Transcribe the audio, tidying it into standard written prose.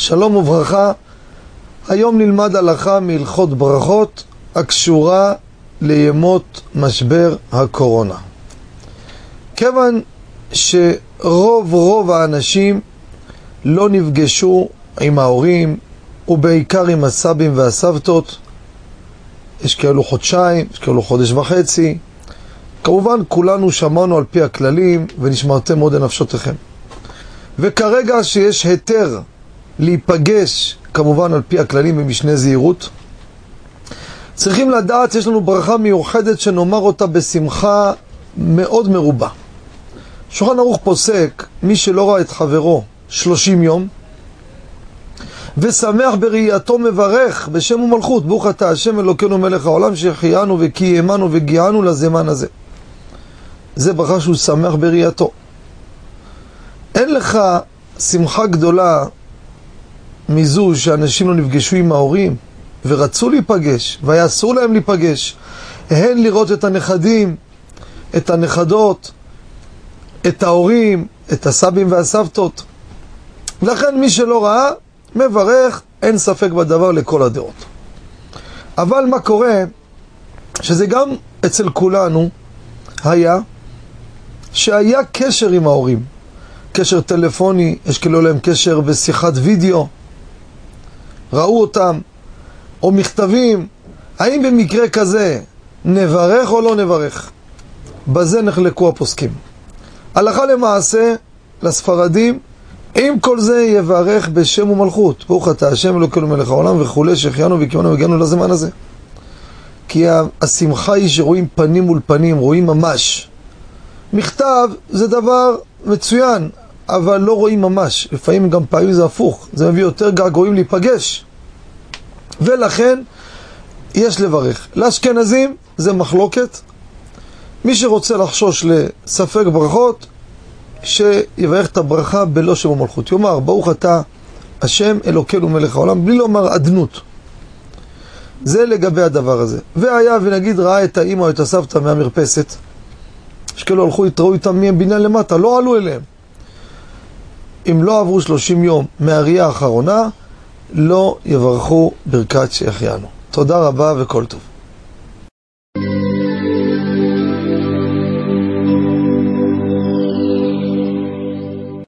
שלום וברכה. היום נלמד הלכה מהלכות ברכות הקשורה לימות משבר הקורונה. כיוון שרוב האנשים לא נפגשו עם ההורים ובעיקר עם הסבים והסבתות, יש כאלו חודשיים, יש כאלו חודש וחצי. כמובן כולנו שמענו על פי הכללים ונשמרתם מאוד לנפשותיכם. וכרגע שיש היתר להיפגש כמובן על פי הכללים במשנה זהירות, צריכים לדעת יש לנו ברכה מיוחדת שנאמר אותה בשמחה מאוד מרובה. שולחן ערוך פוסק, מי שלא ראה את חברו 30 יום ושמח בראייתו מברך בשם ומלכות, ברוך אתה השם אלוקינו מלך העולם שהחיינו וקיימנו והגיענו לזמן הזה. זה ברכה שהוא שמח בראייתו. אין לך שמחה גדולה מזו שאנשים לא נפגשו עם ההורים ורצו להיפגש והיה אסור להם להיפגש, הן לראות את הנכדים, את הנכדות, את ההורים, את הסבים והסבתות. לכן מי שלא ראה מברך, אין ספק בדבר לכל הדעות. אבל מה קורה שזה גם אצל כולנו היה שהיה קשר עם ההורים, קשר טלפוני, יש כאילו להם קשר בשיחת וידאו, ראו אותם, או מכתבים. האם במקרה כזה נברך או לא נברך? בזה נחלקו הפוסקים. הלכה למעשה לספרדים, עם כל זה יברך בשם ומלכות, ברוך אתה השם אלוקינו מלך העולם וכולי שהחיינו וקיימנו והגיענו לזמן הזה. כי השמחה היא שרואים פנים מול פנים, רואים ממש. מכתב זה דבר מצוין, אבל לא רואים ממש. לפעמים גם פעמים זה הפוך, זה מביא יותר געגועים להיפגש. ולכן יש לברך. לאשכנזים זה מחלוקת. מי שרוצה לחשוש לספק ברכות, שיברך את הברכה בלא שם ומלכות. יאמר ברוך אתה השם אלוקינו מלך העולם, בלי לומר עדנות. זה לגבי הדבר הזה. והיה ונגיד ראה את האמא או את הסבתא מהמרפסת, שכאילו הלכו התראו איתם מבניין למטה, לא עלו אליהם. אם לא עברו 30 יום מהראייה האחרונה, לא יברכו ברכת שהחיינו. תודה רבה וכל טוב.